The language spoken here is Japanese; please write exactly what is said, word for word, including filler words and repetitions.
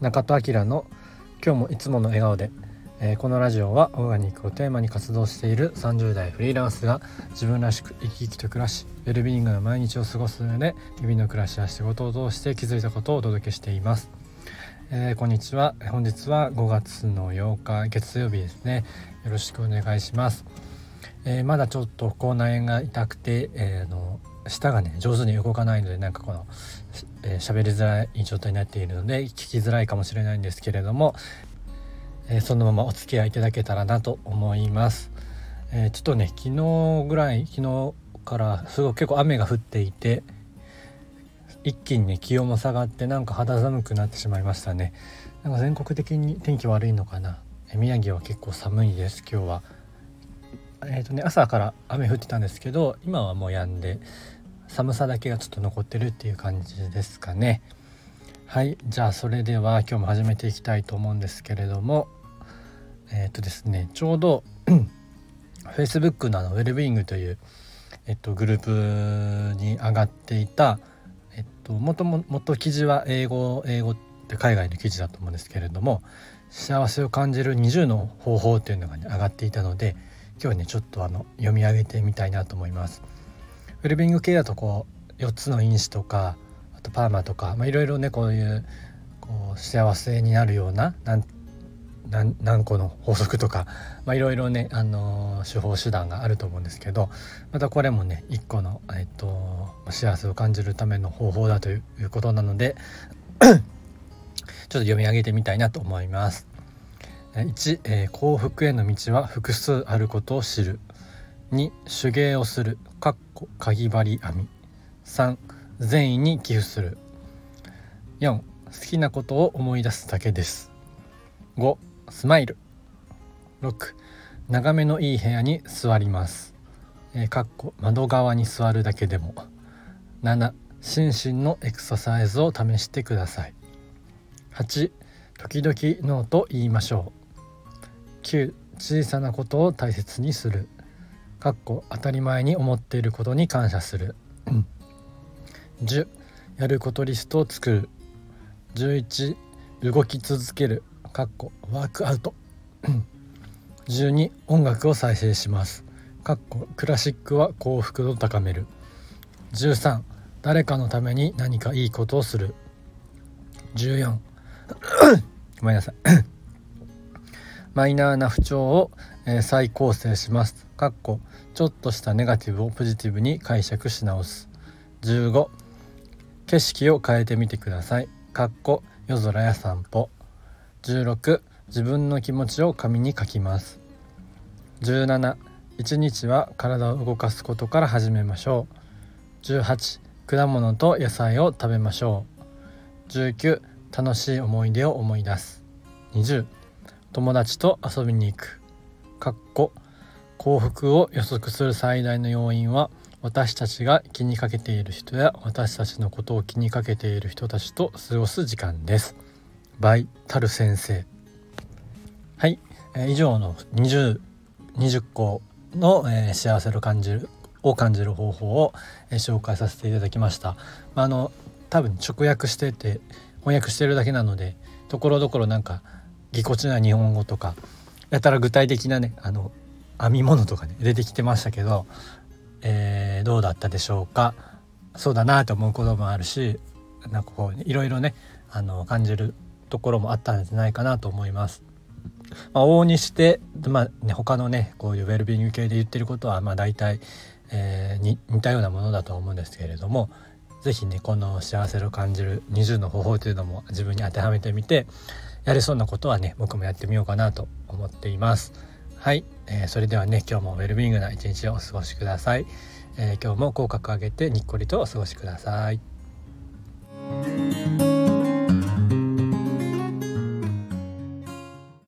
中戸明の今日もいつもの笑顔で、えー、このラジオはオーガニックをテーマに活動しているさんじゅう代フリーランスが自分らしく生き生きと暮らしウェルビーイングな毎日を過ごす上で日々の暮らしや仕事を通して気づいたことをお届けしています。えー、こんにちは。本日はごがつのようか月曜日ですね。よろしくお願いします。えー、まだちょっと口内炎が痛くて、えー、の舌がね上手に動かないのでなんかこのえー、喋りづらい状態になっているので聞きづらいかもしれないんですけれども、えー、そのままお付き合いいただけたらなと思います。えー、ちょっとね昨日ぐらい昨日からすごく結構雨が降っていて一気にね気温も下がってなんか肌寒くなってしまいましたね。なんか全国的に天気悪いのかな。えー、宮城は結構寒いです今日は。えーとね、朝から雨降ってたんですけど今はもう止んで寒さだけがちょっと残ってるっていう感じですかね。はい、じゃあそれでは今日も始めていきたいと思うんですけれども、えっとですねちょうどFacebook のあのウェルビーイングという、えっと、グループに上がっていた、えっと、もともと記事は英語英語って海外の記事だと思うんですけれども、幸せを感じるにじゅうの方法というのが、ね、上がっていたので今日はねちょっとあの読み上げてみたいなと思います。ウェルビーイング系だとこうよっつの因子とかあとパーマとかいろいろねこういうこう幸せになるような何何何個の法則とかいろいろね、あのー、手法手段があると思うんですけど、またこれもね一個の、えっと、幸せを感じるための方法だということなのでちょっと読み上げてみたいなと思います。いち、えー、幸福への道は複数あることを知る。に、手芸をするかっこかぎ針編み。さん、善意に寄付する。よん、好きなことを思い出すだけです。ご、スマイル。ろく、眺めのいい部屋に座ります。えー、かっこ窓側に座るだけでも。なな、心身のエクササイズを試してください。はち、時々ノーと言いましょう。きゅう、小さなことを大切にする。かっこ当たり前に思っていることに感謝する。じゅう、やることリストを作る。じゅういち、動き続ける。かっこワークアウト。じゅうに、音楽を再生します。かっこクラシックは幸福度を高める。じゅうさん、誰かのために何かいいことをする。じゅうよんごめんなさいマイナーな不調を、えー、再構成します。かっこちょっとしたネガティブをポジティブに解釈し直す。じゅうご、景色を変えてみてください。かっこ夜空や散歩。じゅうろく、自分の気持ちを紙に書きます。じゅうなな、いちにちは体を動かすことから始めましょう。じゅうはち、果物と野菜を食べましょう。じゅうきゅう、楽しい思い出を思い出す。にじゅう、友達と遊びに行く。かっこ幸福を予測する最大の要因は私たちが気にかけている人や私たちのことを気にかけている人たちと過ごす時間です。バイタル先生。はい、えー、以上のにじゅう、にじゅっこの、えー、幸せを感じるを感じる方法を、えー、紹介させていただきました。まあ、あの多分直訳してて翻訳してるだけなのでところどころなんかぎこちない日本語とかやたら具体的なねあの編み物とかね出てきてましたけど、えー、どうだったでしょうか。そうだなと思うこともあるしなんかこういろいろねあの感じるところもあったんじゃないかなと思います。まあ、往々にして、まあね、他のねこういうウェルビーイング系で言ってることはまあ大体、えー、に似たようなものだと思うんですけれども、ぜひねこの幸せを感じるにじゅうの方法というのも自分に当てはめてみてやれそうなことはね僕もやってみようかなと思っています。はい、えー、それではね今日もウェルビーイングな一日をお過ごしください。えー、今日も口角上げてにっこりとお過ごしください。